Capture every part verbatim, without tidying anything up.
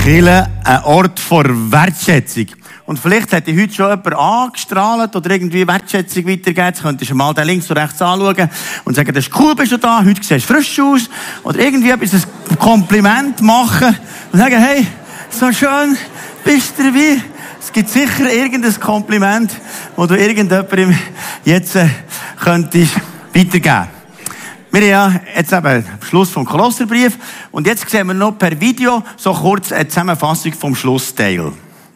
Kirche ein Ort vor Wertschätzung. Und vielleicht hat dich heute schon jemand angestrahlt oder irgendwie Wertschätzung weitergegeben. Jetzt könntest du mal den links und rechts anschauen und sagen, das ist cool, bist du da, heute siehst du frisch aus. Oder irgendwie etwas, ein Kompliment machen und sagen, hey, so schön, bist du dabei? Es gibt sicher irgendein Kompliment, das du irgendjemandem jetzt äh, könntest weitergeben. Wir haben ja jetzt eben den Schluss vom Kolosserbrief und jetzt sehen wir noch per Video so kurz eine Zusammenfassung vom Schlussteil.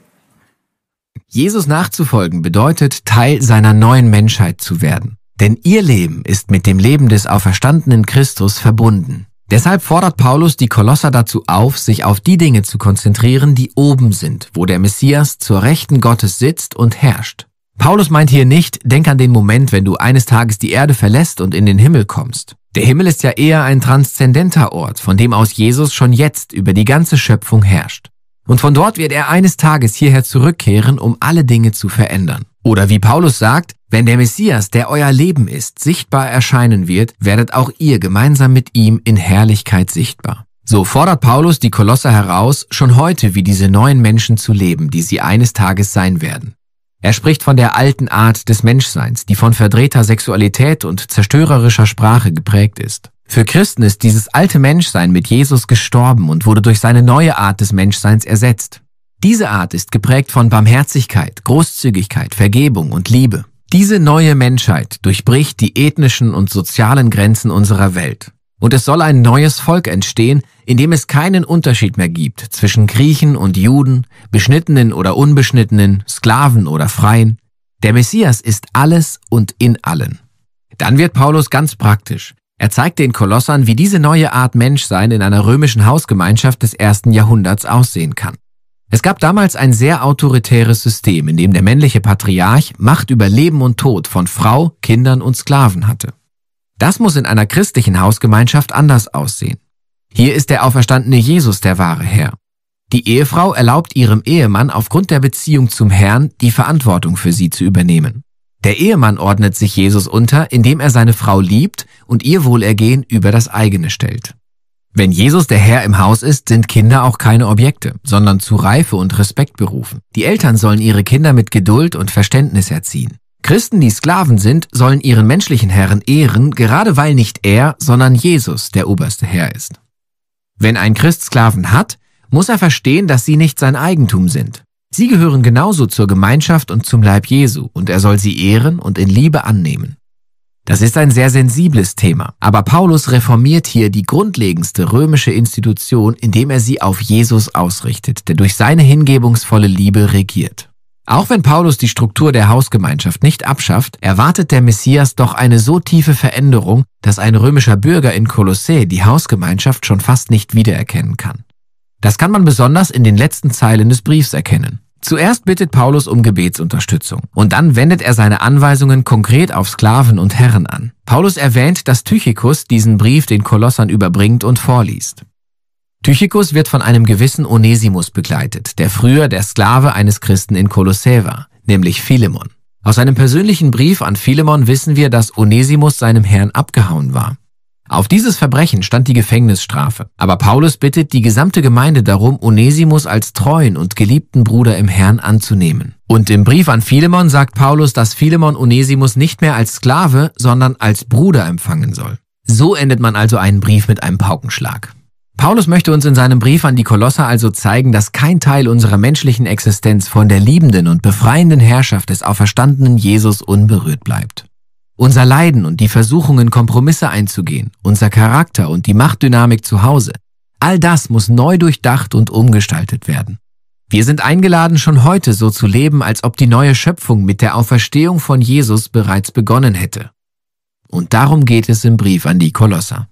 Jesus nachzufolgen bedeutet, Teil seiner neuen Menschheit zu werden. Denn ihr Leben ist mit dem Leben des auferstandenen Christus verbunden. Deshalb fordert Paulus die Kolosser dazu auf, sich auf die Dinge zu konzentrieren, die oben sind, wo der Messias zur Rechten Gottes sitzt und herrscht. Paulus meint hier nicht, denk an den Moment, wenn du eines Tages die Erde verlässt und in den Himmel kommst. Der Himmel ist ja eher ein transzendenter Ort, von dem aus Jesus schon jetzt über die ganze Schöpfung herrscht. Und von dort wird er eines Tages hierher zurückkehren, um alle Dinge zu verändern. Oder wie Paulus sagt, wenn der Messias, der euer Leben ist, sichtbar erscheinen wird, werdet auch ihr gemeinsam mit ihm in Herrlichkeit sichtbar. So fordert Paulus die Kolosser heraus, schon heute wie diese neuen Menschen zu leben, die sie eines Tages sein werden. Er spricht von der alten Art des Menschseins, die von verdrehter Sexualität und zerstörerischer Sprache geprägt ist. Für Christen ist dieses alte Menschsein mit Jesus gestorben und wurde durch seine neue Art des Menschseins ersetzt. Diese Art ist geprägt von Barmherzigkeit, Großzügigkeit, Vergebung und Liebe. Diese neue Menschheit durchbricht die ethnischen und sozialen Grenzen unserer Welt. Und es soll ein neues Volk entstehen, in dem es keinen Unterschied mehr gibt zwischen Griechen und Juden, Beschnittenen oder Unbeschnittenen, Sklaven oder Freien. Der Messias ist alles und in allen. Dann wird Paulus ganz praktisch. Er zeigt den Kolossern, wie diese neue Art Menschsein in einer römischen Hausgemeinschaft des ersten Jahrhunderts aussehen kann. Es gab damals ein sehr autoritäres System, in dem der männliche Patriarch Macht über Leben und Tod von Frau, Kindern und Sklaven hatte. Das muss in einer christlichen Hausgemeinschaft anders aussehen. Hier ist der auferstandene Jesus der wahre Herr. Die Ehefrau erlaubt ihrem Ehemann aufgrund der Beziehung zum Herrn, die Verantwortung für sie zu übernehmen. Der Ehemann ordnet sich Jesus unter, indem er seine Frau liebt und ihr Wohlergehen über das eigene stellt. Wenn Jesus der Herr im Haus ist, sind Kinder auch keine Objekte, sondern zu Reife und Respekt berufen. Die Eltern sollen ihre Kinder mit Geduld und Verständnis erziehen. Christen, die Sklaven sind, sollen ihren menschlichen Herren ehren, gerade weil nicht er, sondern Jesus der oberste Herr ist. Wenn ein Christ Sklaven hat, muss er verstehen, dass sie nicht sein Eigentum sind. Sie gehören genauso zur Gemeinschaft und zum Leib Jesu und er soll sie ehren und in Liebe annehmen. Das ist ein sehr sensibles Thema, aber Paulus reformiert hier die grundlegendste römische Institution, indem er sie auf Jesus ausrichtet, der durch seine hingebungsvolle Liebe regiert. Auch wenn Paulus die Struktur der Hausgemeinschaft nicht abschafft, erwartet der Messias doch eine so tiefe Veränderung, dass ein römischer Bürger in Kolossä die Hausgemeinschaft schon fast nicht wiedererkennen kann. Das kann man besonders in den letzten Zeilen des Briefs erkennen. Zuerst bittet Paulus um Gebetsunterstützung und dann wendet er seine Anweisungen konkret auf Sklaven und Herren an. Paulus erwähnt, dass Tychikus diesen Brief den Kolossern überbringt und vorliest. Tychikus wird von einem gewissen Onesimus begleitet, der früher der Sklave eines Christen in Kolossä war, nämlich Philemon. Aus einem persönlichen Brief an Philemon wissen wir, dass Onesimus seinem Herrn abgehauen war. Auf dieses Verbrechen stand die Gefängnisstrafe, aber Paulus bittet die gesamte Gemeinde darum, Onesimus als treuen und geliebten Bruder im Herrn anzunehmen. Und im Brief an Philemon sagt Paulus, dass Philemon Onesimus nicht mehr als Sklave, sondern als Bruder empfangen soll. So endet man also einen Brief mit einem Paukenschlag. Paulus möchte uns in seinem Brief an die Kolosser also zeigen, dass kein Teil unserer menschlichen Existenz von der liebenden und befreienden Herrschaft des auferstandenen Jesus unberührt bleibt. Unser Leiden und die Versuchungen, Kompromisse einzugehen, unser Charakter und die Machtdynamik zu Hause, all das muss neu durchdacht und umgestaltet werden. Wir sind eingeladen, schon heute so zu leben, als ob die neue Schöpfung mit der Auferstehung von Jesus bereits begonnen hätte. Und darum geht es im Brief an die Kolosser.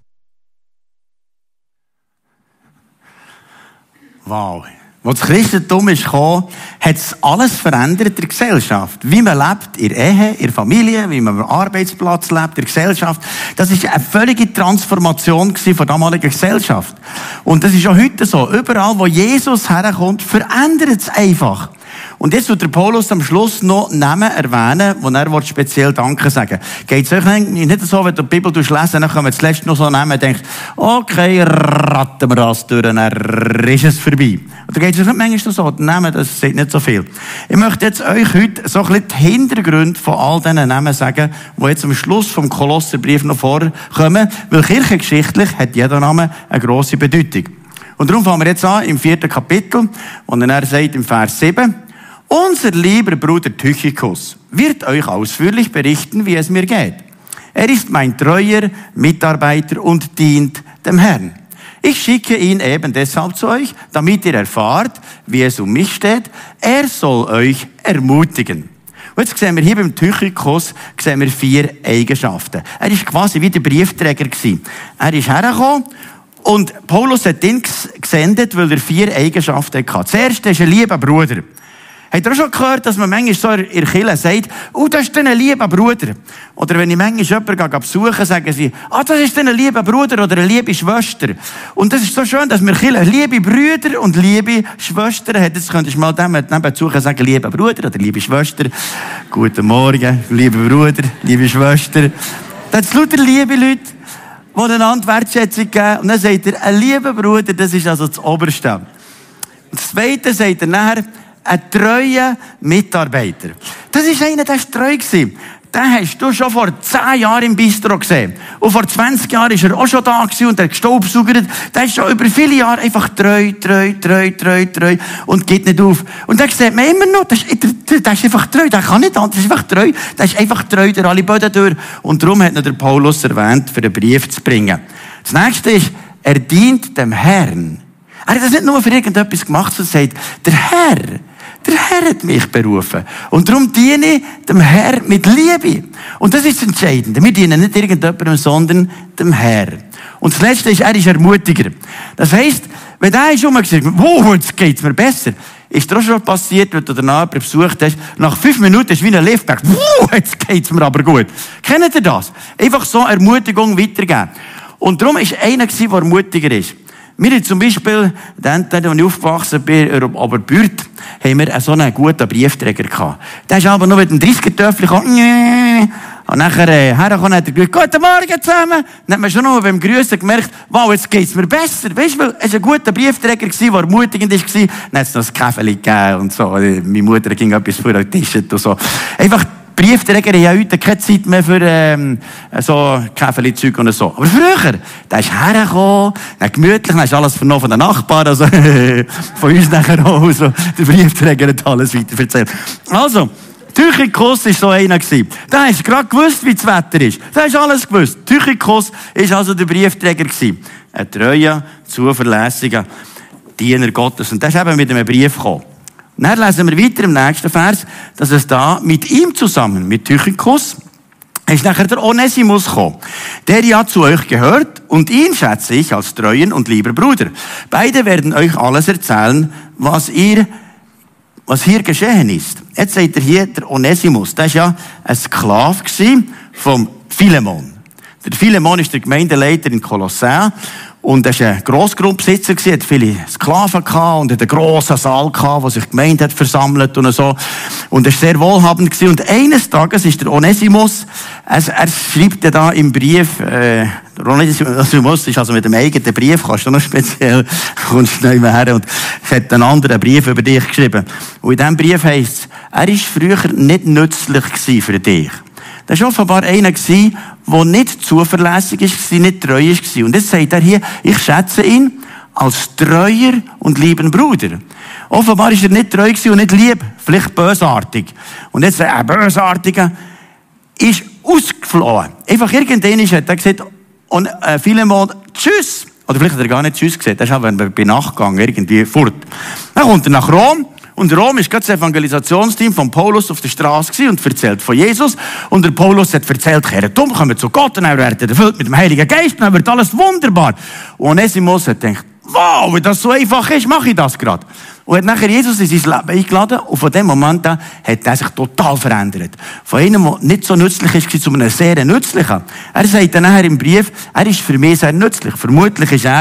Wow. Als das Christentum ist gekommen, hat es alles verändert in der Gesellschaft. Wie man lebt, in der Ehe, in der Familie, wie man am Arbeitsplatz lebt, in der Gesellschaft. Das ist eine völlige Transformation von der damaligen Gesellschaft. Und das ist auch heute so. Überall, wo Jesus herkommt, verändert es einfach. Und jetzt wird der Paulus am Schluss noch Namen erwähnen, wo er speziell Danke sagen will. Geht es euch nicht so, wenn du die Bibel lesen, dann kommen zuletzt noch so Namen und denkst, okay, ratten wir das durch, dann ist es vorbei. Oder geht es euch nicht manchmal so, die Namen, das sagt nicht so viel. Ich möchte jetzt euch heute so ein bisschen die Hintergründe von all diesen Namen sagen, die jetzt am Schluss vom Kolosserbrief noch vorkommen, weil kirchengeschichtlich hat jeder Name eine grosse Bedeutung. Und darum fangen wir jetzt an im vierten Kapitel, und dann er sagt im Vers sieben, unser lieber Bruder Tychicus wird euch ausführlich berichten, wie es mir geht. Er ist mein treuer Mitarbeiter und dient dem Herrn. Ich schicke ihn eben deshalb zu euch, damit ihr erfahrt, wie es um mich steht. Er soll euch ermutigen. Und jetzt sehen wir hier beim Tychicus sehen wir vier Eigenschaften. Er ist quasi wie der Briefträger gewesen. Er ist hergekommen und Paulus hat ihn gesendet, weil er vier Eigenschaften hatte. Zuerst ist er ein lieber Bruder. Habt ihr auch schon gehört, dass man manchmal so in der Kirche sagt, oh, das ist ein lieber Bruder. Oder wenn ich manchmal jemanden besuche, sagen sie, ah, das ist ein lieber Bruder oder eine liebe Schwester. Und das ist so schön, dass wir Kirche liebe Brüder und liebe Schwestern haben. Jetzt könntest du mal nebenzu sagen, lieber Bruder oder liebe Schwester. Guten Morgen, lieber Bruder, liebe Schwester. Das sind lauter liebe Leute, die einander Wertschätzung geben. Und dann sagt er, ein lieber Bruder, das ist also das Oberste. Und das Zweite sagt er nachher, ein treuer Mitarbeiter. Das ist einer, der war treu gewesen. Den hast du schon vor zehn Jahren im Bistro gesehen. Und vor zwanzig Jahren war er auch schon da gewesen und hat gestaubsaugert. Der ist schon über viele Jahre einfach treu, treu, treu, treu, treu und geht nicht auf. Und dann sieht man immer noch, der ist, der, der ist einfach treu, der kann nicht anders, der ist einfach treu. Der ist einfach treu durch alle Böden durch. Und darum hat ihn der Paulus erwähnt, für einen Brief zu bringen. Das nächste ist, er dient dem Herrn. Er hat das nicht nur für irgendetwas gemacht, sondern sagt, der Herr, der Herr hat mich berufen. Und darum diene ich dem Herr mit Liebe. Und das ist das Entscheidende. Wir dienen nicht irgendjemandem, sondern dem Herr. Und das Letzte ist, er ist Ermutiger. Das heisst, wenn der ist rumgesagt, wow, jetzt geht's mir besser, ist dir auch schon passiert, wenn du danach jemanden besucht hast, nach fünf Minuten ist wie ein Liftberg, wow, jetzt geht's mir aber gut. Kennt ihr das? Einfach so Ermutigung weitergeben. Und darum ist einer gewesen, der Ermutiger ist. Wir haben zum Beispiel, dann, als ich aufgewachsen bin, aber Bürt, haben wir so einen guten Briefträger gehabt. Der ist aber nur mit dem dreißiger-Töffel gekommen. Und nachher, äh, hergekommen, hat er gesagt, guten Morgen zusammen. Dann hat man schon noch beim Grüßen gemerkt, wow, jetzt geht's mir besser. Weißt du, weil es ein guter Briefträger war, der ermutigend war. Dann hat es noch ein Käfeli gegeben und so. Meine Mutter ging etwas vor den Tisch und so. Einfach, Briefträger haben ja heute keine Zeit mehr für ähm, so Käferli-Zeug und so. Aber früher, da ist hergekommen, dann gemütlich, dann ist alles von den Nachbarn, also von uns nachher auch. So. Der Briefträger hat alles weiter erzählt. Also, Tychicus war so einer gewesen. Der hast gerade gewusst, wie das Wetter ist. Der hast alles gewusst. Tychicus war also der Briefträger gewesen. Ein treuer, zuverlässiger Diener Gottes. Und der ist eben mit einem Brief gekommen. Und dann lesen wir weiter im nächsten Vers, dass es da mit ihm zusammen, mit Tychicus, ist nachher der Onesimus gekommen, der ja zu euch gehört, und ihn schätze ich als treuen und lieber Bruder. Beide werden euch alles erzählen, was ihr, was hier geschehen ist. Jetzt seht ihr hier, der Onesimus, der ist ja ein Sklave vom Philemon. Der Philemon ist der Gemeindeleiter in Kolossä. Und er war ein Grossgrundbesitzer, hat viele Sklaven gehabt und hat einen grossen Saal gehabt, wo sich die Gemeinde hat versammelt und so. Und er war sehr wohlhabend gewesen. Und eines Tages ist der Onesimus, er, er schreibt ja da im Brief, äh, der Onesimus ist also mit dem eigenen Brief, kannst du noch speziell, kommst du nicht mehr her und hat einen anderen Brief über dich geschrieben. Und in diesem Brief heisst es, er war früher nicht nützlich gewesen für dich. Das war offenbar einer, der nicht zuverlässig war, nicht treu war. Und jetzt sagt er hier, ich schätze ihn als treuer und lieben Bruder. Offenbar war er nicht treu und nicht lieb, vielleicht bösartig. Und jetzt ein Bösartiger ist ausgeflohen. Einfach irgendwann hat er gesagt, und äh, Philemon, tschüss. Oder vielleicht hat er gar nicht tschüss gesagt, er ist aber bei Nachtgang irgendwie fort. Dann kommt er nach Rom. Und Rom ist gerade das Evangelisationsteam von Paulus auf der Straße und erzählt von Jesus. Und der Paulus hat erzählt, kehrt um, kommen zu Gott und er wird erfüllt mit dem Heiligen Geist und dann wird alles wunderbar. Und Onesimus hat gedacht, wow, wenn das so einfach ist, mache ich das gerade. Und hat nachher Jesus in sein Leben eingeladen und von dem Moment an hat er sich total verändert. Von einem, der nicht so nützlich ist, zu einem sehr nützlichen. Er sagt dann nachher im Brief, er ist für mich sehr nützlich. Vermutlich ist er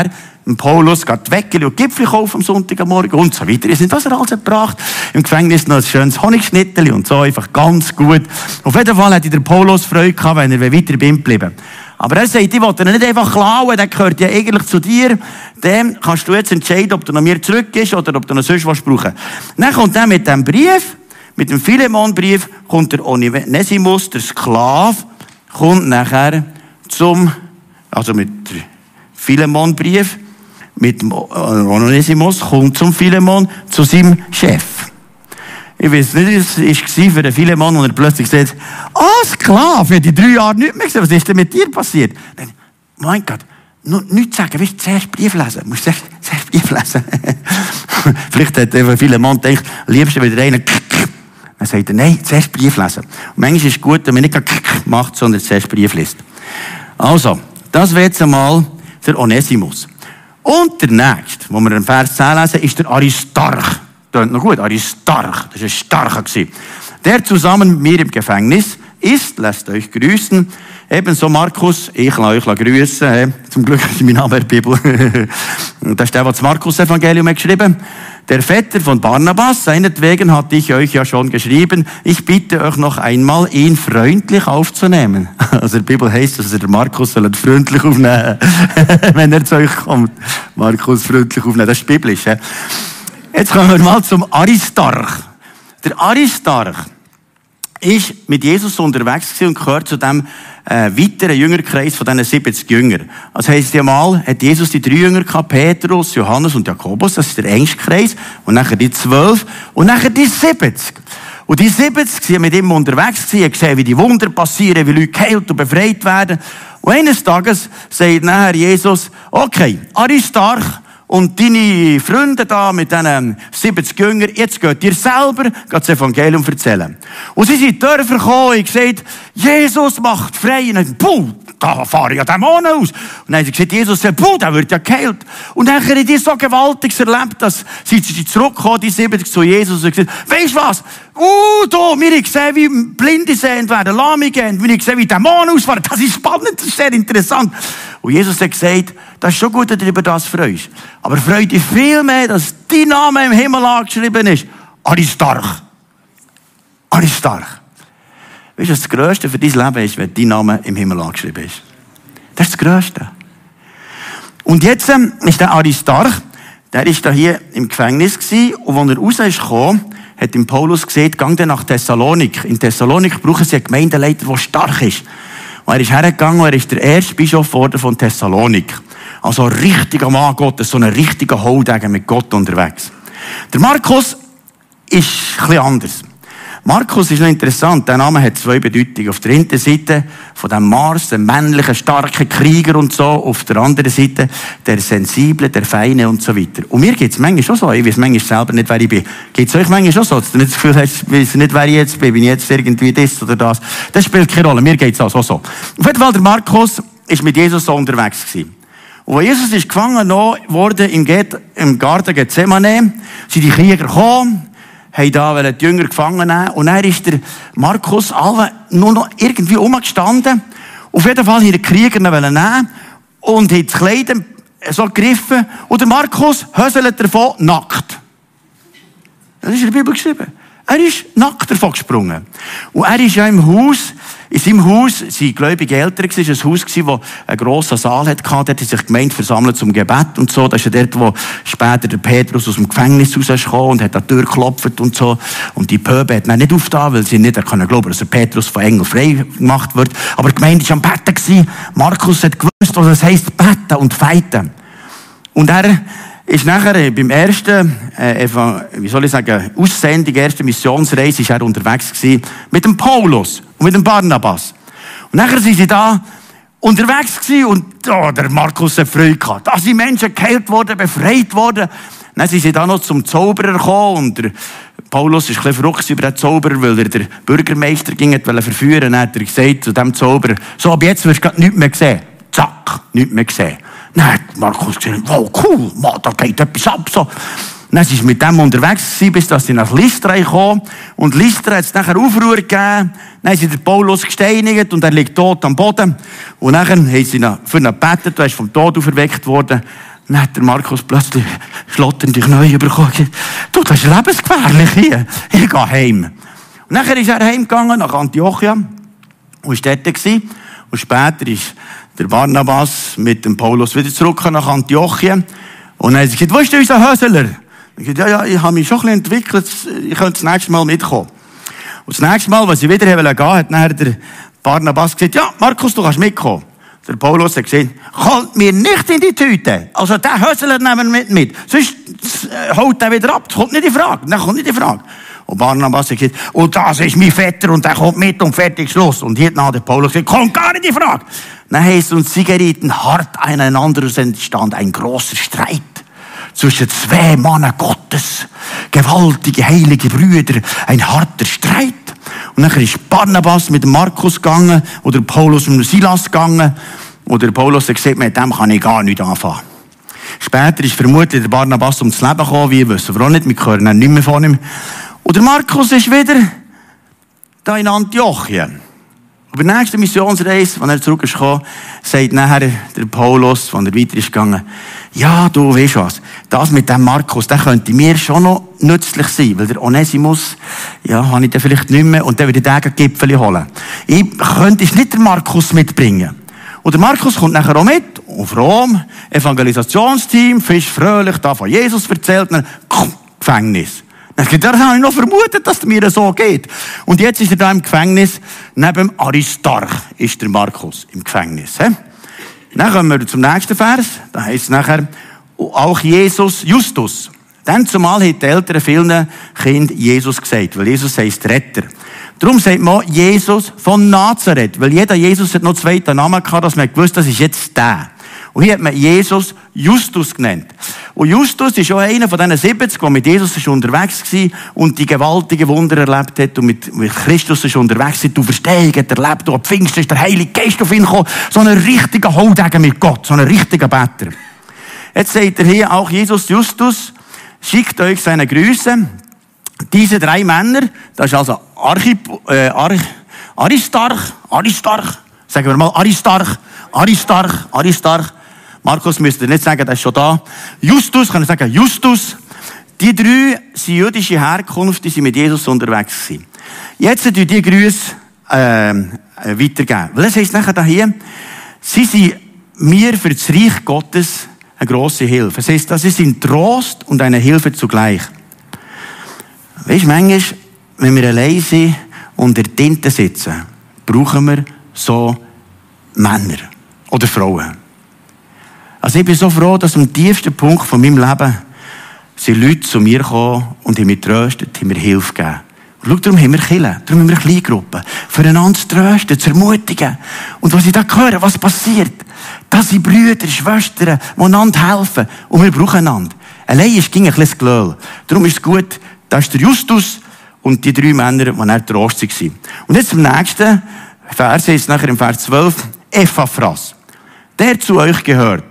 dem Paulus geht Weckeli und Gipfel kaufen am Sonntagmorgen und so weiter. Ihr seht, was er alles gebracht. Im Gefängnis noch ein schönes Honigschnitteli und so, einfach ganz gut. Auf jeden Fall hätte der Paulus Freude gehabt, wenn er weiter bei ihm geblieben. Aber er sagt, ich will dir nicht einfach klauen, der gehört ja eigentlich zu dir. Dem kannst du jetzt entscheiden, ob du noch mir zurückgehst oder ob du noch sonst was brauchen. Dann kommt er mit dem Brief, mit dem Philemon-Brief, kommt der Onesimus, der Sklave, kommt nachher zum, also mit dem Philemon-Brief, mit dem Onesimus, kommt zum Philemon, zu seinem Chef. Ich weiß nicht, es war für den Philemon, und er plötzlich sagt, ah, oh, Sklave, ich habe die drei Jahre nicht mehr gesehen, was ist denn mit dir passiert? Dann, mein Gott, nur nichts sagen, willst du zuerst Brief lesen? Du musst zuerst, zuerst Brief lesen. Vielleicht hat der Philemon gedacht, liebst du wieder einen, dann sagt er, nein, zuerst Brief lesen. Und manchmal ist es gut, wenn man nicht macht, sondern zuerst Brief liest. Also, das wäre jetzt einmal der Onesimus. Und der nächste, wo wir im Vers zehn lesen, ist der Aristarch. Tönt noch gut, Aristarch, das war ein Starker. Der zusammen mit mir im Gefängnis ist, lasst euch grüßen. Ebenso Markus, ich lasse euch grüßen. Zum Glück ist mein Name in der Bibel. Das ist der, was das Markus-Evangelium hat geschrieben. Der Vetter von Barnabas, seinetwegen hatte ich euch ja schon geschrieben. Ich bitte euch noch einmal, ihn freundlich aufzunehmen. Also in der Bibel heisst es, dass der Markus soll freundlich aufnehmen, wenn er zu euch kommt. Markus freundlich aufnehmen, das ist biblisch. He? Jetzt kommen wir mal zum Aristarch. Der Aristarch ist mit Jesus unterwegs gewesen und gehört zu dem äh, weiteren Jüngerkreis von diesen siebzig Jüngern. Das heisst ja mal, hat Jesus die drei Jünger gehabt, Petrus, Johannes und Jakobus, das ist der engste Kreis, und nachher die zwölf, und nachher die siebzig. Und die siebzig sind mit ihm unterwegs gewesen, haben gesehen, wie die Wunder passieren, wie Leute geheilt und befreit werden. Und eines Tages sagt nachher Jesus, okay, Aristarch, und deine Freunde da mit diesen siebzig Jüngern, jetzt geht ihr selber das Evangelium erzählen. Und sie sind in die Dörfer gekommen und gesagt, Jesus macht frei. Und dann, puh, da fahren ja Dämonen aus. Und dann haben sie gesagt, Jesus sagt, puh, der wird ja geheilt. Und dann haben die so Gewaltiges erlebt, dass sie zurückgekommen, die siebzig zu Jesus, und gesagt, weisst du was? Uh, da, wir haben gesehen, wie Blinde sehend werden, Lahme gehen, wir haben gesehen, wie Dämonen ausfahren. Das ist spannend, das ist sehr interessant. Und Jesus hat gesagt, das ist schon gut, dass du über das freust. Aber freu dich viel mehr, dass dein Name im Himmel angeschrieben ist. Aristarch. Aristarch. Weißt du, was das Größte für dein Leben ist, wenn dein Name im Himmel angeschrieben ist? Das ist das Größte. Und jetzt ähm, ist der Aristarch, der ist da hier im Gefängnis gewesen, und als er raus ist gekommen, hat ihm Paulus gesagt, gang dann nach Thessalonik. In Thessalonik brauchen sie einen Gemeindeleiter, der stark ist. Und er ist hergegangen und er ist der erste Bischof geworden von Thessalonik. Also ein richtiger Mann Gottes, so ein richtiger Haudegen mit Gott unterwegs. Der Markus ist ein bisschen anders. Markus ist noch interessant. Der Name hat zwei Bedeutungen. Auf der einen Seite von dem Mars, dem männlichen, starken Krieger und so. Auf der anderen Seite der sensible, der feine und so weiter. Und mir geht's manchmal schon so. Ich weiß manchmal selber nicht, wer ich bin. Geht's euch manchmal schon so? Dass du nicht das Gefühl hast, ich weiß nicht, wer ich jetzt bin. Bin ich jetzt irgendwie das oder das? Das spielt keine Rolle. Mir geht's auch so, so. Auf jeden Fall, der Markus ist mit Jesus so unterwegs gewesen. Und als Jesus ist gefangen worden im Garten Gethsemane, sind die Krieger gekommen, haben da die Jünger gefangen nehmen. Und dann ist der Markus alle nur noch irgendwie umgestanden. Auf jeden Fall hier die Krieger nehmen und hat das Kleid so gegriffen. Und der Markus höselt davon nackt. Das ist in der Bibel geschrieben. Er ist nackt davon gesprungen. Und er ist ja im Haus, in seinem Haus, sein gläubige Eltern, es war ein Haus, das einen grossen Saal hatte. Dort hat sich die Gemeinde versammelt zum Gebet und so. Das ist ja dort, wo später der Petrus aus dem Gefängnis rausgekommen und hat an die Tür geklopft und so. Und die Pöbe hat dann nicht aufgetan, weil sie nicht glauben konnten, dass der Petrus von Engel frei gemacht wird. Aber die Gemeinde war am Betten. Markus hat gewusst, was es heisst, beten und feiten. Und er ist nachher beim ersten, äh, wie soll ich sagen, Aussendung, erste Missionsreise, ist er unterwegs gewesen mit dem Paulus und mit dem Barnabas. Und nachher sind sie da unterwegs gewesen und oh, der Markus hat Freude gehabt. Da sind Menschen geheilt worden, befreit worden. Dann sind sie da noch zum Zauberer gekommen und der Paulus ist ein bisschen verrückt über den Zauberer, weil er den Bürgermeister ging, wollte verführen. Dann hat er gesagt zu dem Zauberer, so, ab jetzt wirst du nichts mehr sehen. Zack, nichts mehr gesehen. Dann hat Markus gesagt, wow, cool, Mann, da geht etwas ab, so. Dann sind sie mit dem unterwegs gewesen, bis dass sie nach Lystra kamen. Und Lystra hat es nachher Aufruhr gegeben. Dann haben sie den Paulus gesteinigt und er liegt tot am Boden. Und nachher haben sie für ihn gebetet, er ist vom Tod auferweckt worden. Dann hat der Markus plötzlich schlotternd die Knie bekommen. Du, das ist lebensgefährlich hier. Ich gehe heim. Und nachher ist er heimgegangen nach Antiochia und war dort gewesen. Und später ist der Barnabas mit dem Paulus wieder zurück nach Antiochia. Und dann hat er gesagt, wo ist denn unser Hösler? Ich gesagt, ja, ja, ich habe mich schon ein bisschen entwickelt, ich könnte das nächste Mal mitkommen. Und das nächste Mal, als sie wieder gehen wollten, hat nachher der Barnabas gesagt, ja, Markus, du kannst mitkommen. Der Paulus hat gesagt, kommt mir nicht in die Tüte. Also, den Hösler nehmen wir mit, mit. Sonst äh, holt er wieder ab. Das kommt nicht in Frage. Das kommt nicht in Frage. Und Barnabas hat gesagt, und das ist mein Vetter und der kommt mit und fertig Schluss. Und hier hat der Paulus gesagt, kommt gar nicht in Frage. Dann heisst uns, sie gerieten hart aneinander und es entstand ein grosser Streit zwischen zwei Männern Gottes. Gewaltige, heilige Brüder. Ein harter Streit. Und dann ist Barnabas mit Markus gegangen, oder Paulus mit Silas gegangen. Oder Paulus hat gesagt, mit dem kann ich gar nicht anfangen. Später ist vermutlich der Barnabas ums Leben gekommen, wie wissen wir auch nicht, wir hören dann nicht mehr von ihm. Und der Markus ist wieder da in Antiochien. Bei der nächsten Missionsreise, als er zurück ist gekommen, sagt nachher der Paulus, als er weiter ist gegangen, ja, du weißt was, das mit dem Markus, der könnte mir schon noch nützlich sein, weil der Onesimus, ja, habe ich den vielleicht nicht mehr, und der würde den Gipfel holen. Ich könnte nicht den Markus mitbringen. Und der Markus kommt nachher auch mit, auf Rom, Evangelisationsteam, frisch fröhlich, da von Jesus erzählt, dann, Gefängnis. Dann habe ich noch vermutet, dass es mir so geht. Und jetzt ist er da im Gefängnis, neben Aristarch ist der Markus im Gefängnis. He? Dann kommen wir zum nächsten Vers, da heißt es nachher, auch Jesus Justus. Dann zumal hat die Eltern vielen Kindern Jesus gesagt, weil Jesus heisst Retter. Darum sagt man Jesus von Nazareth, weil jeder Jesus hat noch zweiten Namen gehabt, dass man gewusst, das ist jetzt der. Und hier hat man Jesus Justus genannt. Und Justus ist auch einer von diesen siebzig, der mit Jesus ist unterwegs war und die gewaltigen Wunder erlebt hat und mit, mit Christus ist unterwegs war. Du Verstehung hat erlebt, und am Pfingsten ist der Heilige Geist auf ihn gekommen. So ein richtiger Haudegen mit Gott, so ein richtiger Better. Jetzt sagt er hier auch, Jesus Justus schickt euch seine Grüße. Diese drei Männer, das ist also Archip, äh, Arch, Aristarch, Aristarch, sagen wir mal Aristarch, Aristarch, Aristarch. Markus müsste nicht sagen, der ist schon da. Justus, kann ich sagen, Justus. Die drei sind jüdische Herkunft, die sind mit Jesus unterwegs gewesen. Jetzt tun die Grüße äh, weitergeben. Weil es heisst nachher hier, sie sind mir für das Reich Gottes eine grosse Hilfe. Es heisst, das ist ein Trost und eine Hilfe zugleich. Weisst du, manchmal, wenn wir allein sind und in der Tinte sitzen, brauchen wir so Männer oder Frauen. Also ich bin so froh, dass am tiefsten Punkt von meinem Leben sind Leute zu mir gekommen und haben mich tröstet, haben mir Hilfe gegeben. Und schau, darum haben wir Kirche, darum haben wir Kleingruppen, füreinander zu trösten, zu ermutigen. Und was ich da höre, was passiert, das sind Brüder, Schwestern, die einander helfen. Und wir brauchen einander. Allein ist ging ein bisschen das Gelöl. Darum ist es gut, das ist der Justus und die drei Männer, die dann Trost waren. Und jetzt im nächsten Vers, ist nachher im Vers zwölf, Epaphras. Der zu euch gehört.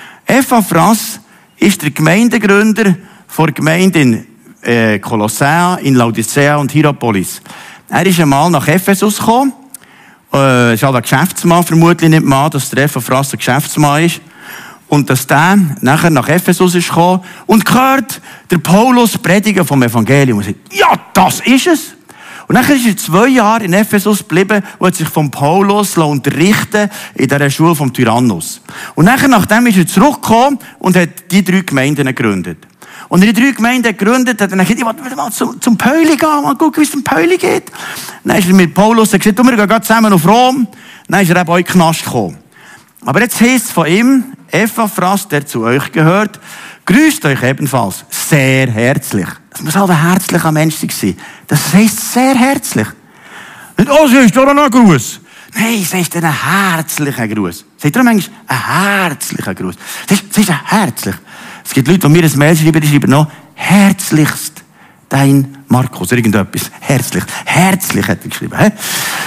Epaphras ist der Gemeindegründer der Gemeinde in äh, Kolossea, in Laodicea und Hierapolis. Er ist einmal nach Ephesus gekommen. Äh, ist halt ein Geschäftsmann, vermutlich nicht mal, dass der Epaphras ein Geschäftsmann ist. Und dass der nachher nach Ephesus ist gekommen und gehört der Paulus predigen vom Evangelium und sagt, ja, das ist es. Und nachher ist er zwei Jahre in Ephesus geblieben und hat sich von Paulus unterrichten in dieser Schule vom Tyrannus. Und nachher, nachdem ist er zurückgekommen und hat die drei Gemeinden gegründet. Und in die drei Gemeinden gegründet hat er gesagt, ich will mal zum, zum Päuli gehen, mal gucken, wie es zum Päuli geht. Dann ist er mit Paulus gesagt, wir gehen zusammen auf Rom. Dann ist er eben auch in den Knast gekommen. Aber jetzt heisst es von ihm, Epaphras, der zu euch gehört, grüßt euch ebenfalls sehr herzlich. Das muss halt ein herzlicher Mensch sein. Das heisst sehr herzlich. Nicht, oh, sie ist doch noch ein Gruß. Nein, es heisst einen herzlichen Gruß. Seht ihr manchmal einen herzlichen Gruß? Es ist ein herzlich. Es gibt Leute, die mir ein Mail schreiben, die schreiben noch, herzlichst dein Markus, irgendetwas. Herzlich. Herzlich hat er geschrieben. He?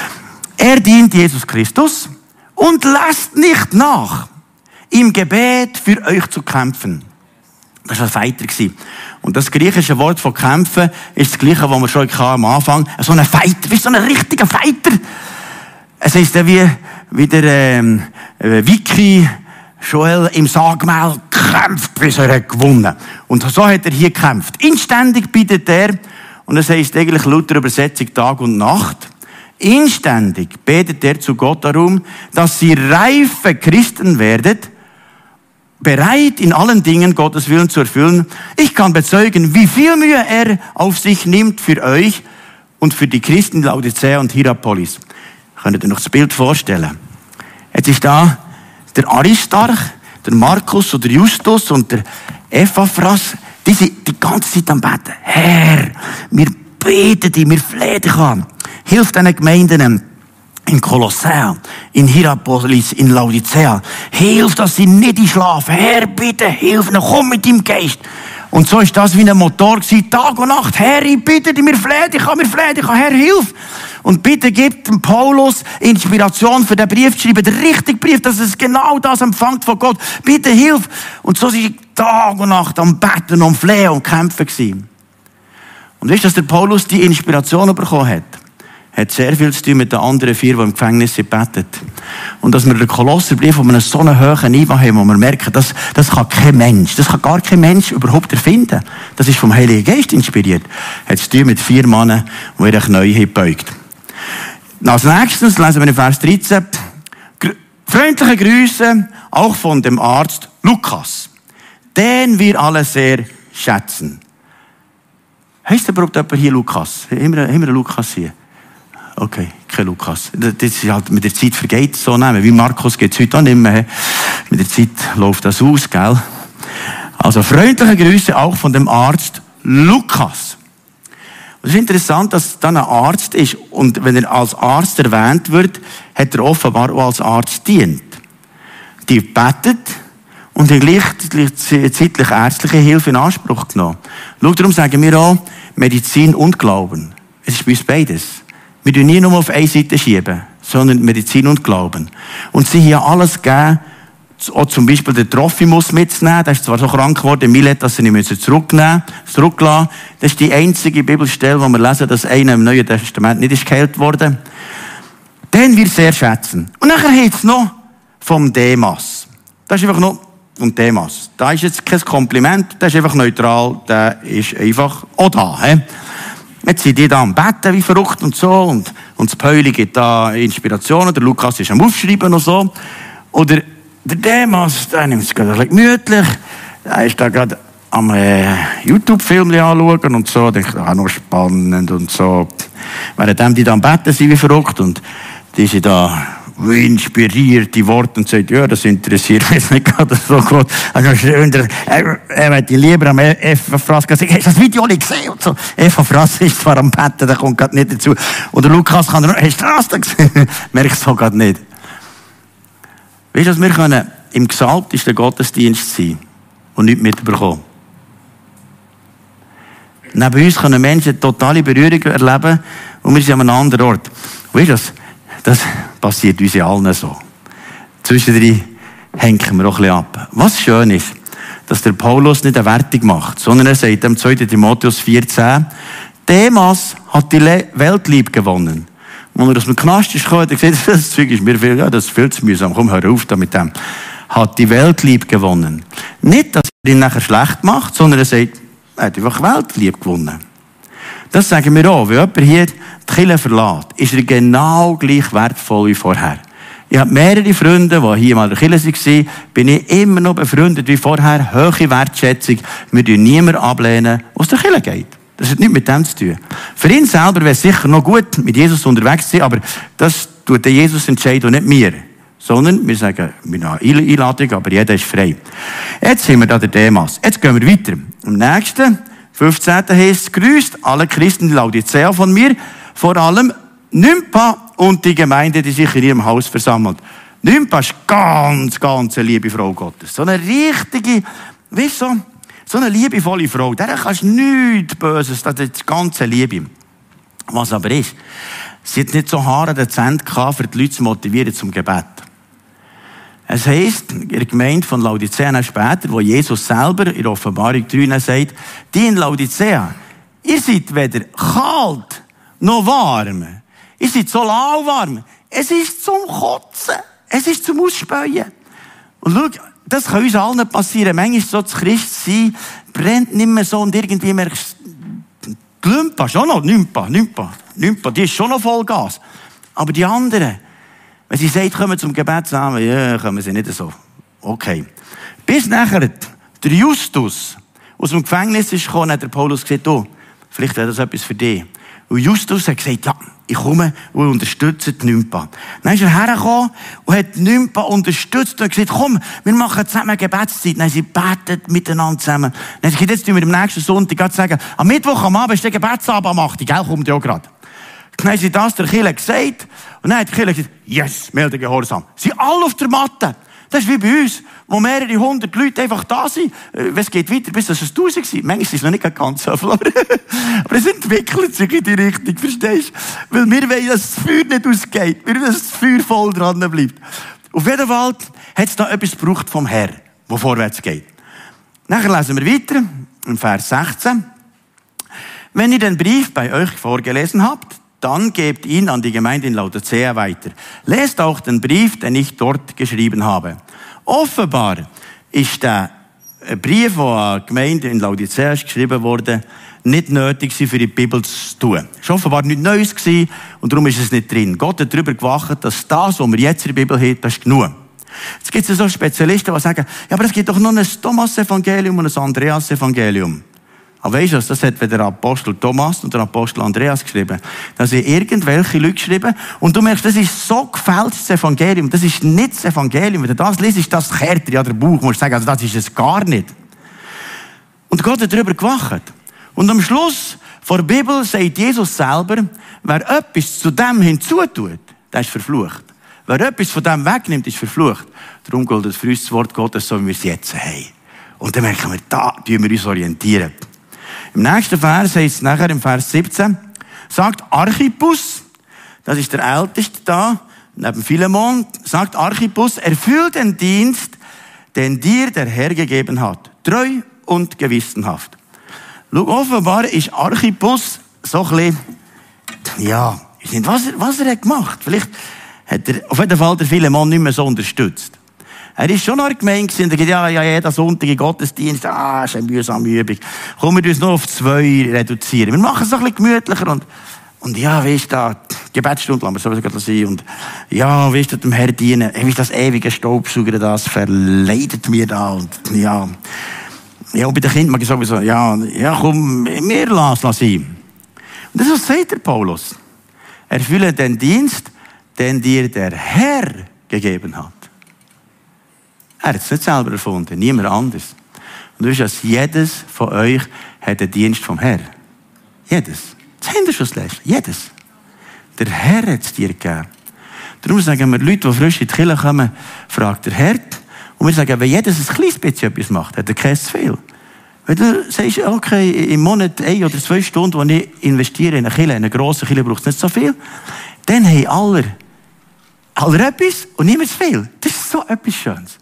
Er dient Jesus Christus und lasst nicht nach, im Gebet für euch zu kämpfen. Das war ein Fighter. Und das griechische Wort von kämpfen ist das gleiche, was wir schon am Anfang hatten. So ein Fighter, wie so ein richtiger Fighter. Es heisst ja wie, wie der ähm, Wiki Joel im Sargmehl gekämpft, bis er hat gewonnen. Und so hat er hier gekämpft. Inständig bittet er, und das heisst eigentlich Luther Übersetzung Tag und Nacht, inständig betet er zu Gott darum, dass sie reife Christen werdet, bereit in allen Dingen Gottes Willen zu erfüllen. Ich kann bezeugen, wie viel Mühe er auf sich nimmt für euch und für die Christen in Laodicea und Hierapolis. Könnt ihr euch das Bild vorstellen? Jetzt ist da der Aristarch, der Markus oder Justus und der Epaphras, die sind die ganze Zeit am Beten. Herr, wir beten dich, wir flehen dich an. Hilf diesen Gemeinden in Kolossea, in Hierapolis, in Laodicea. Hilf, dass sie nicht einschlafen. Herr, bitte, hilf ihnen, komm mit deinem Geist. Und so ist das wie ein Motor gewesen, Tag und Nacht. Herr, ich bitte dich, wir flehen dich an, wir flehen dich an. Herr, hilf. Und bitte gib dem Paulus Inspiration für den Brief zu schreiben, den richtigen Brief, dass es genau das empfängt von Gott. Bitte hilf. Und so sind sie Tag und Nacht am Beten und Flehen und Kämpfen gewesen. Und weißt du, dass der Paulus die Inspiration bekommen hat? Hat sehr viel zu tun mit den anderen vier, die im Gefängnis sind, betet. Und dass wir den Kolosserbrief auf einem so einen hohen Niveau haben, wo wir merken, das, das kann kein Mensch, das kann gar kein Mensch überhaupt erfinden. Das ist vom Heiligen Geist inspiriert. Hat zu tun mit vier Männern, die ihre Knie gebeugt. Als nächstes lesen wir in Vers dreizehn. Freundliche Grüße auch von dem Arzt Lukas, den wir alle sehr schätzen. Heißt überhaupt jemand hier Lukas? Haben wir, haben wir einen Lukas hier? Okay, kein Lukas. Das ist halt mit der Zeit vergeht so nehmen. Wie Markus geht es heute auch nicht mehr. Mit der Zeit läuft das aus, gell? Also freundliche Grüße auch von dem Arzt Lukas. Und es ist interessant, dass dann ein Arzt ist und wenn er als Arzt erwähnt wird, hat er offenbar auch als Arzt dient. Die betet und hat gleichzeitig ärztliche Hilfe in Anspruch genommen. Schau, darum sagen wir auch Medizin und Glauben. Es ist bei uns beides. Wir tun nie nur auf eine Seite schieben, sondern Medizin und Glauben. Und sie haben alles gegeben, auch zum Beispiel den Trophimus mitzunehmen. Der ist zwar so krank geworden in Milet, dass sie ihn zurücknehmen zurücklassen. Das ist die einzige Bibelstelle, wo wir lesen, dass einer im Neuen Testament nicht ist geheilt worden. Den wir sehr schätzen. Und nachher heißt es noch vom Demas. Das ist einfach noch vom Demas. Da ist jetzt kein Kompliment, der ist einfach neutral, der ist einfach auch da. He? Jetzt sind die da am Betten wie verrückt und so, und, und das Päuli gibt da Inspirationen, der Lukas ist am Aufschreiben und so. Oder der Demas, der nimmt es gerade ein bisschen gemütlich, der ist da gerade am äh, YouTube-Film anschauen und so, denkt, ah, noch spannend und so. Während die da am Betten sind wie verrückt und die sind da wie inspirierte Worte und sagt, ja, das interessiert mich nicht gerade so gut. Also, er, er hätte lieber am Epaphras gesagt, hast du das Video nicht gesehen? Und so. Epaphras ist zwar am Betten, der kommt gerade nicht dazu. Oder Lukas kann, hast du das gesehen? Merkst du so gerade nicht. Weißt du, wir können im gesalbtesten Gottesdienst sein und nichts mitbekommen. Neben uns können Menschen totale Berührung erleben und wir sind an einem anderen Ort. Weißt du, das, das passiert uns ja allen so. Zwischendrin hängen wir auch ein bisschen ab. Was schön ist, dass der Paulus nicht eine Wertung macht, sondern er sagt im zweiten Timotheus vierzehn, Demas hat die Welt lieb gewonnen. Als er aus dem Knast ist gekommen, hat er gesagt, das Zeug ist mir viel, ja, das ist viel zu mühsam, komm, hör auf da mit dem. Hat die Welt lieb gewonnen. Nicht, dass er ihn nachher schlecht macht, sondern er sagt, er hat einfach Weltliebe gewonnen. Das sagen wir auch. Wenn jemand hier die Kirche verlässt, ist er genau gleich wertvoll wie vorher. Ich habe mehrere Freunde, die hier mal in der Kirche waren, bin ich immer noch befreundet wie vorher. Hohe Wertschätzung. Wir tun niemanden ablehnen, der aus der Kirche geht. Das hat nichts mit dem zu tun. Für ihn selber wäre es sicher noch gut, mit Jesus unterwegs zu sein, aber das tut der Jesus entscheiden und nicht wir. Sondern wir sagen, wir haben eine Einladung, aber jeder ist frei. Jetzt sind wir da der Demas. Jetzt gehen wir weiter. Im nächsten, fünfzehnten heißt es, grüßt alle Christen in Laodicea von mir, vor allem Nympha und die Gemeinde, die sich in ihrem Haus versammelt. Nympha ist ganz, ganz eine liebe Frau Gottes. So eine richtige, weißt du, so, so eine liebevolle Frau. Der kannst du nichts Böses, das ist die ganze Liebe. Was aber ist, sie hat nicht so Haare dezent gehabt, für die Leute zu motivieren zum Gebet. Es heisst, in der Gemeinde von Laodicea später, wo Jesus selber in der Offenbarung drei sagt, die in Laodicea, ihr seid weder kalt noch warm. Ihr seid so lauwarm. Es ist zum Kotzen. Es ist zum Ausspäuen. Und schau, das kann uns allen passieren. Manchmal ist so das Christsein, brennt nicht mehr so und irgendwie merkst du, die Lympa, schon noch, Lympa, Lympa, Lympa, die ist schon noch voll Gas. Aber die anderen, wenn sie sagt, kommen zum Gebet zusammen, ja, kommen sie nicht so. Okay. Bis nachher der Justus aus dem Gefängnis ist gekommen, hat der Paulus gesagt, oh, vielleicht wäre das etwas für dich. Und Justus hat gesagt, ja, ich komme und unterstütze die Nympa. Dann ist er hergekommen und hat die Nympa unterstützt und gesagt, komm, wir machen zusammen eine Gebetszeit. Dann haben sie betet miteinander zusammen. Dann hat er gesagt, jetzt tun wir am nächsten Sonntag sagen, am Mittwoch am Abend ist der Gebetsabend am acht Uhr, gell, kommt ja auch gerade. Dann haben sie das der Kirche gesagt und dann hat die Kirche gesagt, yes, melde Gehorsam. Sie sind alle auf der Matte. Das ist wie bei uns, wo mehrere hundert Leute einfach da sind. Es geht weiter, bis es tausend sind. Manchmal ist es noch nicht ganz so viel, aber, aber es entwickelt sich in die Richtung, verstehst du? Weil wir wollen, dass das Feuer nicht ausgeht. Wir wollen, dass das Feuer voll dran bleibt. Auf jeden Fall hat es da etwas gebraucht vom Herrn, das vorwärts geht. Nachher lesen wir weiter, im Vers sechzehn. Wenn ihr den Brief bei euch vorgelesen habt, dann gebt ihn an die Gemeinde in Laodicea weiter. Lest auch den Brief, den ich dort geschrieben habe. Offenbar ist der Brief, der an die Gemeinde in Laodicea geschrieben wurde, nicht nötig für die Bibel zu tun. Es war offenbar nichts Neues und darum ist es nicht drin. Gott hat darüber gewacht, dass das, was wir jetzt in der Bibel haben, das ist genug. Jetzt gibt es so Spezialisten, die sagen, ja, aber es gibt doch noch ein Thomas-Evangelium und ein Andreas-Evangelium. Aber weisst du was, das hat der Apostel Thomas und der Apostel Andreas geschrieben. Das haben irgendwelche Leute geschrieben. Und du merkst, das ist so gefälschtes Evangelium. Das ist nicht das Evangelium. Wenn du das liest, ist das kehrt dir an den Bauch. Du musst sagen, also das ist es gar nicht. Und Gott hat darüber gewacht. Und am Schluss vor der Bibel sagt Jesus selber, wer etwas zu dem hinzutut, der ist verflucht. Wer etwas von dem wegnimmt, ist verflucht. Darum gilt für uns das Wort Gottes, so wie wir es jetzt haben. Und dann merken wir, da tun wir uns orientieren. Im nächsten Vers heißt es nachher, im Vers siebzehn, sagt Archippus, das ist der Älteste da, neben Philemon, sagt Archippus, erfüll den Dienst, den dir der Herr gegeben hat, treu und gewissenhaft. Schau, offenbar ist Archippus so ein bisschen, ja, ich weiß nicht, was er, was er hat gemacht. Vielleicht hat er auf jeden Fall der Philemon nicht mehr so unterstützt. Er ist schon noch gemein gewesen, er sagt, ja, ja, jeder Sonntag in Gottesdienst, ah, ist eine mühsame Übung. Kommen wir uns nur auf zwei reduzieren. Wir machen es ein bisschen gemütlicher und, und ja, wie ist da, Gebetsstunde lassen wir sowieso gerade sein und, ja, wie ist da dem Herrn dienen, wie ist das ewige Staubsauger, das verleidet mir da und, ja. Ja, und bei den Kindern mag ich sowieso, ja, ja, komm, wir lassen es sein. Und das ist, was sagt der Paulus. Erfülle den Dienst, den dir der Herr gegeben hat. Er hat es nicht selber erfunden, niemand anders. Und du weißt, jedes von euch hat den Dienst vom Herrn. Jedes. Das habt ihr schon das Letzte. Jedes. Der Herr hat es dir gegeben. Darum sagen wir, Leute, die frisch in die Kirche kommen, fragt der Herr. Und wir sagen, wenn jedes ein kleines bisschen etwas macht, hat er kein zu viel. Wenn du sagst, okay, im Monat ein oder zwei Stunden, die ich investiere in eine Kirche, in eine grosse Kirche, braucht es nicht so viel, dann haben alle, alle etwas und niemand zu viel. Das ist so etwas Schönes.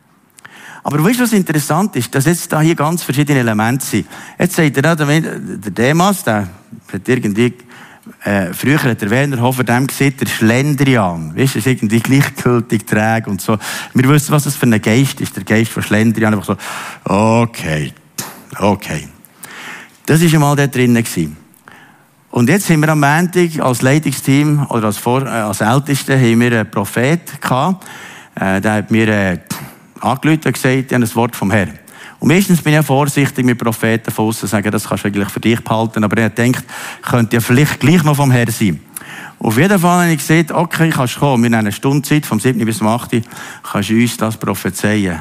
Aber weißt du, was interessant ist? Dass jetzt da hier ganz verschiedene Elemente sind. Jetzt sagt er, der Demas, der hat irgendwie, äh, früher hat der Werner Hofer dem gesagt, der Schlendrian. Weißt du, das ist irgendwie gleichgültig, träge und so. Wir wissen, was das für ein Geist ist. Der Geist von Schlendrian. Einfach so, okay, okay. Das war einmal da drinnen gewesen. Und jetzt haben wir am Montag als Leitungsteam oder als, Vor- äh, als Älteste haben wir einen Prophet gehabt. Äh, der hat mir, äh, angerufen und gesagt, ich habe ein Wort vom Herrn. Und meistens bin ich ja vorsichtig mit Propheten von aussen sagen, das kannst du eigentlich für dich behalten, aber ich denke, könnte ja vielleicht gleich noch vom Herrn sein. Auf jeden Fall habe ich gesagt, okay, kannst du kommen, wir haben eine Stunde Zeit, vom siebten bis zum achten kannst du uns das prophezeien.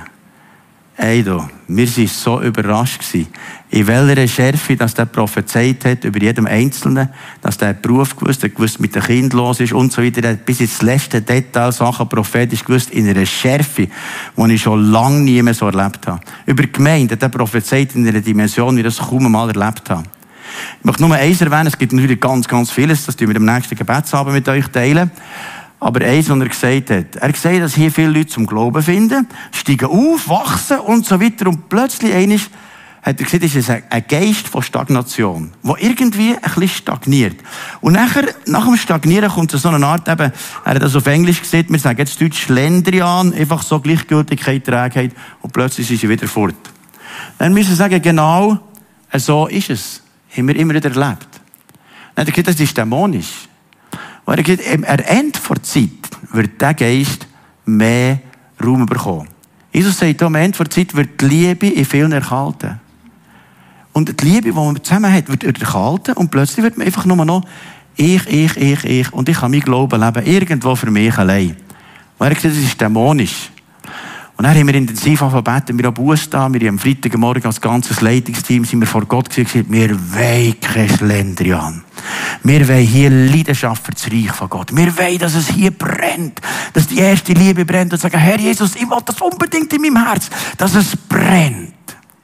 Ey, du, wir waren so überrascht gewesen, in welcher Schärfe, dass der prophezeit hat, über jedem Einzelnen, dass der Beruf gewusst hat, gewusst, mit dem Kind los ist und so weiter. Der hat bis ins letzte Detail Sachen prophetisch gewusst, in einer Schärfe, die ich schon lange nie mehr so erlebt habe. Über die Gemeinde hat er prophezeit in einer Dimension, wie ich das kaum einmal erlebt habe. Ich möchte nur eins erwähnen, es gibt natürlich ganz, ganz vieles, das tun wir im nächsten Gebetsabend mit euch teilen. Aber eins, was er gesagt hat. Er hat gesagt, dass hier viele Leute zum Glauben finden, steigen auf, wachsen und so weiter. Und plötzlich einmal hat er gesagt, ist ein Geist von Stagnation, der irgendwie ein bisschen stagniert. Und nachher, nach dem Stagnieren kommt so eine Art, eben, er hat das auf Englisch gesagt, wir sagen jetzt Deutsch Schlendrian, einfach so Gleichgültigkeit, Trägheit, und plötzlich ist sie wieder fort. Dann müssen wir sagen, genau so ist es. Haben wir immer wieder erlebt. Dann hat er gesagt, das ist dämonisch. Und er hat gesagt, am Ende der Zeit wird der Geist mehr Raum bekommen. Jesus sagt, am Ende der Zeit wird die Liebe in vielen erkalten. Und die Liebe, die man zusammen hat, wird erkalten und plötzlich wird man einfach nur noch ich, ich, ich, ich und ich kann mein Glauben leben, irgendwo für mich allein. Und er hat gesagt, das ist dämonisch. Und dann haben wir intensiv angefangen, wir haben Buße da, wir haben am Freitagmorgen als ganzes Leitungsteam sind wir vor Gott gesagt, wir wollen kein Schlendrian. Wir wollen hier Leidenschaft für das Reich von Gott. Wir wollen, dass es hier brennt, dass die erste Liebe brennt und sagen, Herr Jesus, ich will das unbedingt in meinem Herz, dass es brennt.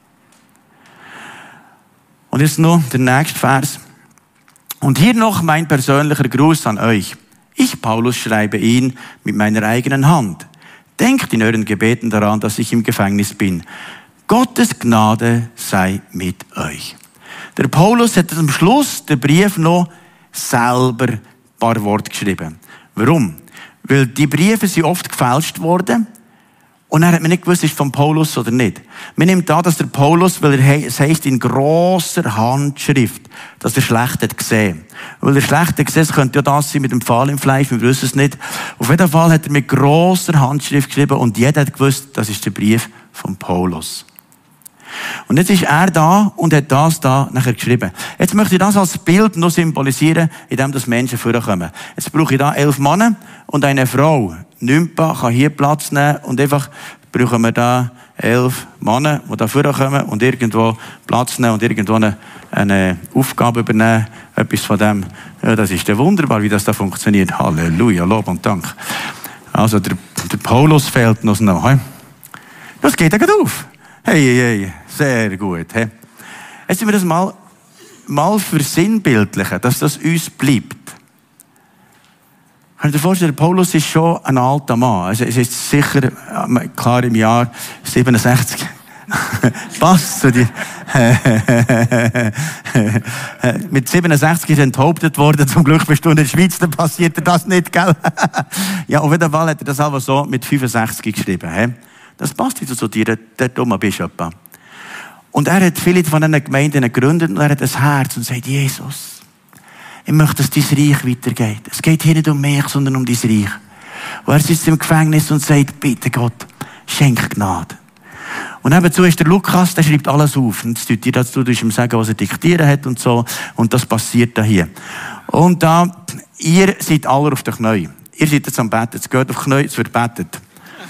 Und jetzt noch der nächste Vers. Und hier noch mein persönlicher Gruß an euch. Ich, Paulus, schreibe ihn mit meiner eigenen Hand. Denkt in euren Gebeten daran, dass ich im Gefängnis bin. Gottes Gnade sei mit euch. Der Paulus hat am Schluss den Brief noch selber ein paar Worte geschrieben. Warum? Weil die Briefe sind oft gefälscht worden und er hat mir nicht gewusst, ist es von Paulus oder nicht. Man nimmt an, dass der Paulus, weil er, es heisst in grosser Handschrift, dass er schlecht hat gesehen. Weil er schlecht hat gesehen, es könnte ja das sein mit dem Pfahl im Fleisch, wir wissen es nicht. Auf jeden Fall hat er mit grosser Handschrift geschrieben und jeder hat gewusst, das ist der Brief von Paulus. Und jetzt ist er da und hat das da nachher geschrieben. Jetzt möchte ich das als Bild noch symbolisieren, indem das Menschen vorkommen. Jetzt brauche ich da elf Männer und eine Frau. Nympa kann hier Platz nehmen und einfach brauchen wir da elf Männer, die da vorkommen und irgendwo Platz nehmen und irgendwo eine, eine Aufgabe übernehmen. Etwas von dem. Ja, das ist ja wunderbar, wie das da funktioniert. Halleluja, Lob und Dank. Also der, der Paulus fehlt noch. He? Das geht ja gerade auf. Hey, hey, hey, sehr gut. He? Jetzt müssen wir das mal, mal versinnbildlichen, dass das uns bleibt. Könnt ihr euch vorstellen, Paulus ist schon ein alter Mann. Also, es ist sicher, klar, im Jahr siebenundsechzig. Passt zu dir. Mit siebenundsechzig ist er enthauptet worden. Zum Glück bist du in der Schweiz, dann passiert dir das nicht, gell? Ja, auf jeden Fall hat er das aber so mit fünfundsechzig geschrieben. He? Das passt nicht zu dir, der dumme bist etwa. Und er hat viele von diesen Gemeinden gegründet und er hat ein Herz und sagt, Jesus, ich möchte, dass dein Reich weitergeht. Es geht hier nicht um mich, sondern um dein Reich. Und er sitzt im Gefängnis und sagt, bitte Gott, schenk Gnade. Und nebenzu ist der Lukas, der schreibt alles auf. Und jetzt tut dir dazu, du ihm sagen, was er diktieren hat und so. Und das passiert da hier. Und da, ihr seid alle auf den Knien. Ihr seid jetzt am Betten. Es geht auf die Knie, es wird betet.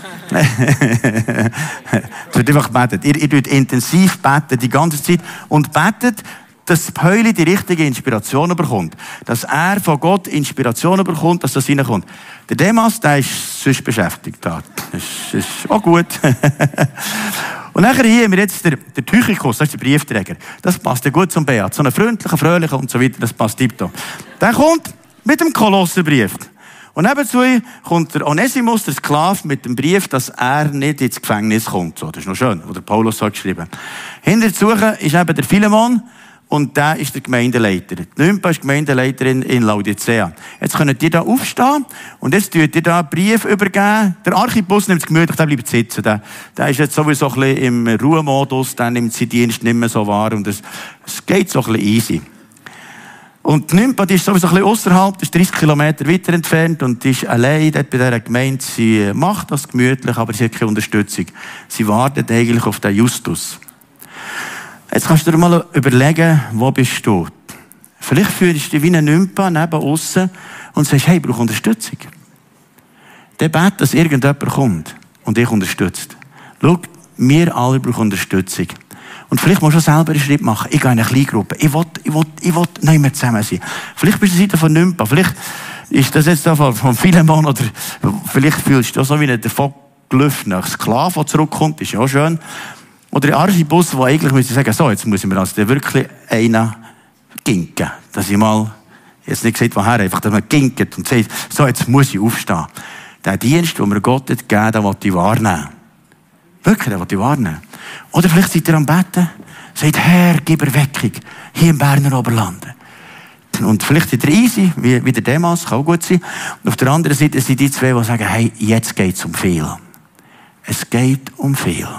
Es wird einfach betet. Ihr, ihr tut intensiv beten, die ganze Zeit. Und betet, dass Pauli die richtige Inspiration bekommt. Dass er von Gott Inspiration bekommt, dass das reinkommt. Der Demas, der ist sonst beschäftigt. Das ist auch gut. Und nachher hier haben wir jetzt den, den Tychikus, das ist der Briefträger. Das passt ja gut zum Beat. So ein freundlicher, fröhlicher und so weiter, das passt tiptop. Der kommt mit dem Kolosserbrief. Und nebenzu kommt der Onesimus, der Sklave, mit dem Brief, dass er nicht ins Gefängnis kommt. So, das ist noch schön, was der Paulus hat geschrieben. Hinter zu suchen ist eben der Philemon. Und der ist der Gemeindeleiter. Die Nympa ist Gemeindeleiterin in Laodicea. Jetzt könnt ihr da aufstehen und jetzt tut ihr da einen Brief übergeben. Der Archibus nimmt es gemütlich, der bleibt sitzen. Der, der ist jetzt sowieso ein bisschen im Ruhemodus, der nimmt seinen Dienst nicht mehr so wahr und es, es geht so ein bisschen easy. Und die Nympa, die ist sowieso ein bisschen ausserhalb, die ist dreißig Kilometer weiter entfernt und die ist allein dort bei dieser Gemeinde. Sie macht das gemütlich, aber sie hat keine Unterstützung. Sie wartet eigentlich auf den Justus. Jetzt kannst du dir mal überlegen, wo bist du? Vielleicht fühlst du dich wie eine Nympa neben aussen und sagst, hey, ich brauche Unterstützung. Der betet, dass irgendjemand kommt und dich unterstützt. Schau, wir alle brauchen Unterstützung. Und vielleicht musst du selber einen Schritt machen. Ich gehe in eine Kleingruppe. Ich will, ich will, ich will nicht mehr zusammen sein. Vielleicht bist du Seite von Nympa. Vielleicht ist das jetzt von, von Philemon oder vielleicht fühlst du dich so wie ein davon gelöffener Sklave, der zurückkommt. Ist ja auch schön. Oder der Archibus, der eigentlich müsste sagen, so, jetzt muss ich mir also wirklich einen ginken. Dass ich mal, jetzt nicht gesagt, woher, einfach, dass man ginket und sagt, so, jetzt muss ich aufstehen. Der Dienst, den mir Gott hat gegeben, den will ich wahrnehmen. Wirklich, den will ich wahrnehmen. Oder vielleicht seid ihr am Betten, sagt, Herr, gib Erweckung, hier im Berner Oberland. Und vielleicht in der Easy, wie, wie der Demas, kann auch gut sein. Und auf der anderen Seite sind die zwei, die sagen, hey, jetzt geht's um viel. Es geht um viel.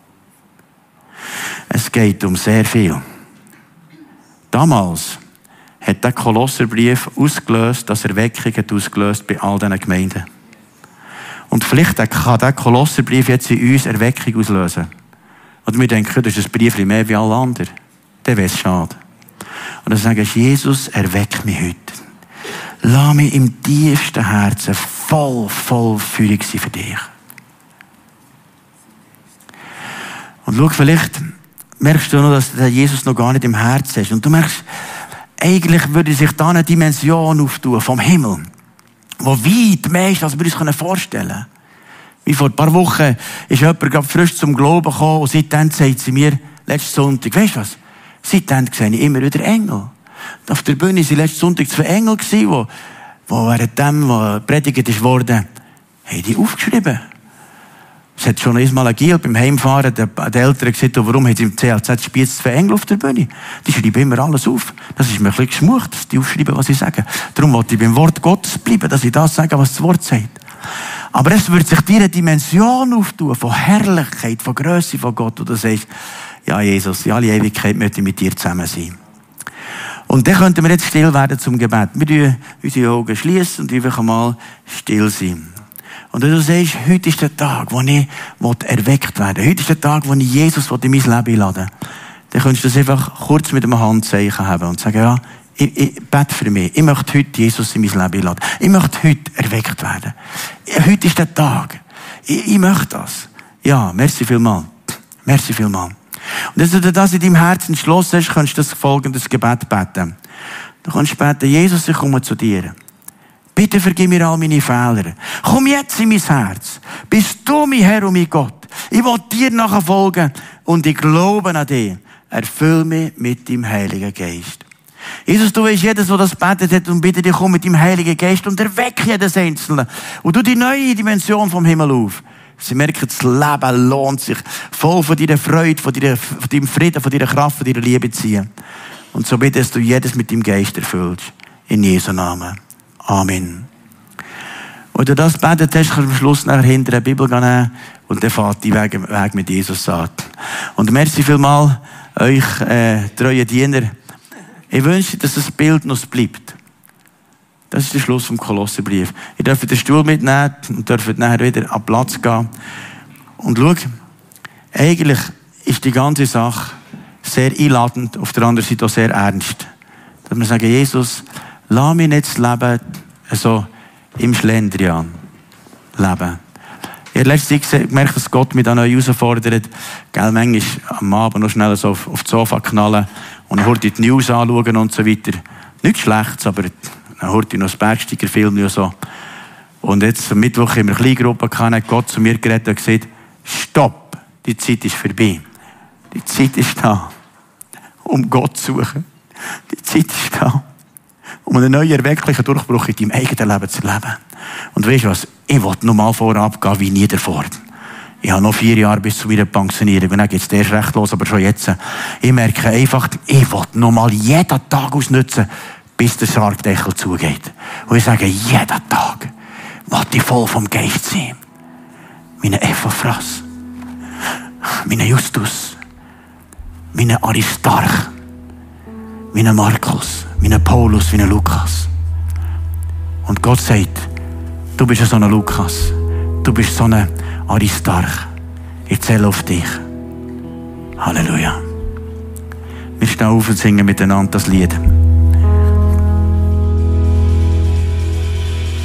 Es geht um sehr viel. Damals hat der Kolosserbrief ausgelöst, dass Erweckung hat ausgelöst bei all diesen Gemeinden. Und vielleicht kann der Kolosserbrief jetzt in uns Erweckung auslösen. Oder wir denken, das ist ein Brief mehr wie alle anderen. Dann wäre es schade. Und dann sagen sie, Jesus, erweck mich heute. Lass mich im tiefsten Herzen voll, voll Führung sein für dich. Und schau, vielleicht merkst du noch, dass der Jesus noch gar nicht im Herzen ist. Und du merkst, eigentlich würde sich da eine Dimension auftun vom Himmel, wo weit mehr ist, als wir uns vorstellen können. Wie vor ein paar Wochen ist jemand gerade frisch zum Glauben gekommen und seitdem sagt sie mir, letzten Sonntag, weisst du was? Seitdem sehe ich immer wieder Engel. Auf der Bühne waren letzten Sonntag zwei Engel, die, wo während dem, was predigt wurde, haben die aufgeschrieben. Es hat schon einmal ein Giel beim Heimfahren, der, der Eltern gesagt, warum haben sie im C L Z Spiez zwei Engel auf der Bühne? Die schreiben immer alles auf. Das ist mir ein bisschen geschmucht, dass die aufschreiben, was sie sagen. Darum wollte ich beim Wort Gottes bleiben, dass ich das sage, was das Wort sagt. Aber es wird sich dir eine Dimension auftun, von Herrlichkeit, von Grösse von Gott, wo du sagst, ja, Jesus, in alle Ewigkeit möchte ich mit dir zusammen sein. Und dann könnten wir jetzt still werden zum Gebet. Wir schließen unsere Augen schließen und einfach mal still sein. Und wenn du sagst, heute ist der Tag, wo ich erweckt werden will, heute ist der Tag, wo ich Jesus in mein Leben einladen will, dann könntest du das einfach kurz mit einem Handzeichen haben und sagen, ja, ich, ich bete für mich. Ich möchte heute Jesus in mein Leben einladen. Ich möchte heute erweckt werden. Heute ist der Tag. Ich, ich möchte das. Ja, merci vielmals. Merci vielmals. Und wenn du das in deinem Herzen entschlossen hast, kannst du das folgendes Gebet beten. Du kannst beten, Jesus, ich komme zu dir. Bitte vergib mir all meine Fehler. Komm jetzt in mein Herz. Bist du mein Herr und mein Gott. Ich will dir nachfolgen und ich glaube an dich. Erfüll mich mit deinem Heiligen Geist. Jesus, du weißt, jedes, der das betet hat, und bitte dich, komm mit deinem Heiligen Geist und erweck jedes Einzelne. Und du die neue Dimension vom Himmel auf. Sie merken, das Leben lohnt sich. Voll von deiner Freude, von, deiner, von deinem Frieden, von deiner Kraft, von deiner Liebe ziehen. Und so bitte, dass du jedes mit deinem Geist erfüllst. In Jesu Namen. Amen. Und du das betet hast, kannst du am Schluss nachher hinter der Bibel gehen und dann fährt die Weg, Weg mit Jesus an. Und merci vielmals euch, äh, treue Diener. Ich wünsche, dass das Bild noch bleibt. Das ist der Schluss vom Kolosserbrief. Ihr dürft den Stuhl mitnehmen und dürft nachher wieder an Platz gehen. Und schau, eigentlich ist die ganze Sache sehr einladend, auf der anderen Seite auch sehr ernst. Dass wir sagen, Jesus, lass mich nicht das Leben so im Schlendrian leben. Ich habe letzte Zeit gemerkt, dass Gott mich da neu herausfordert. Gell, manchmal am Abend noch schnell so auf, auf das Sofa knallen und heute die News anschauen und so weiter. Nichts Schlechtes, aber dann heute noch das Bergsteigerfilm und so. Und jetzt am Mittwoch in einer Kleingruppe hat Gott zu mir geredet und gesagt, stopp, die Zeit ist vorbei. Die Zeit ist da, um Gott zu suchen. Die Zeit ist da, um einen neuen, erwecklichen Durchbruch in deinem eigenen Leben zu erleben. Und weißt du was? Ich will noch mal vorab gehen wie nie davor. Ich habe noch vier Jahre bis zu meiner Pensionierung. Und dann geht es erst recht los, aber schon jetzt. Ich merke einfach, ich will noch mal jeden Tag ausnutzen, bis der Sargdeckel zugeht. Und ich sage, jeden Tag will ich voll vom Geist sein. Meine Epaphras, meine Justus, meine Aristarch, meine Markus, meine Paulus, meine Lukas. Und Gott sagt, du bist so ein Lukas, du bist so ein Aristarch. Ich zähle auf dich. Halleluja. Wir stehen auf und singen miteinander das Lied.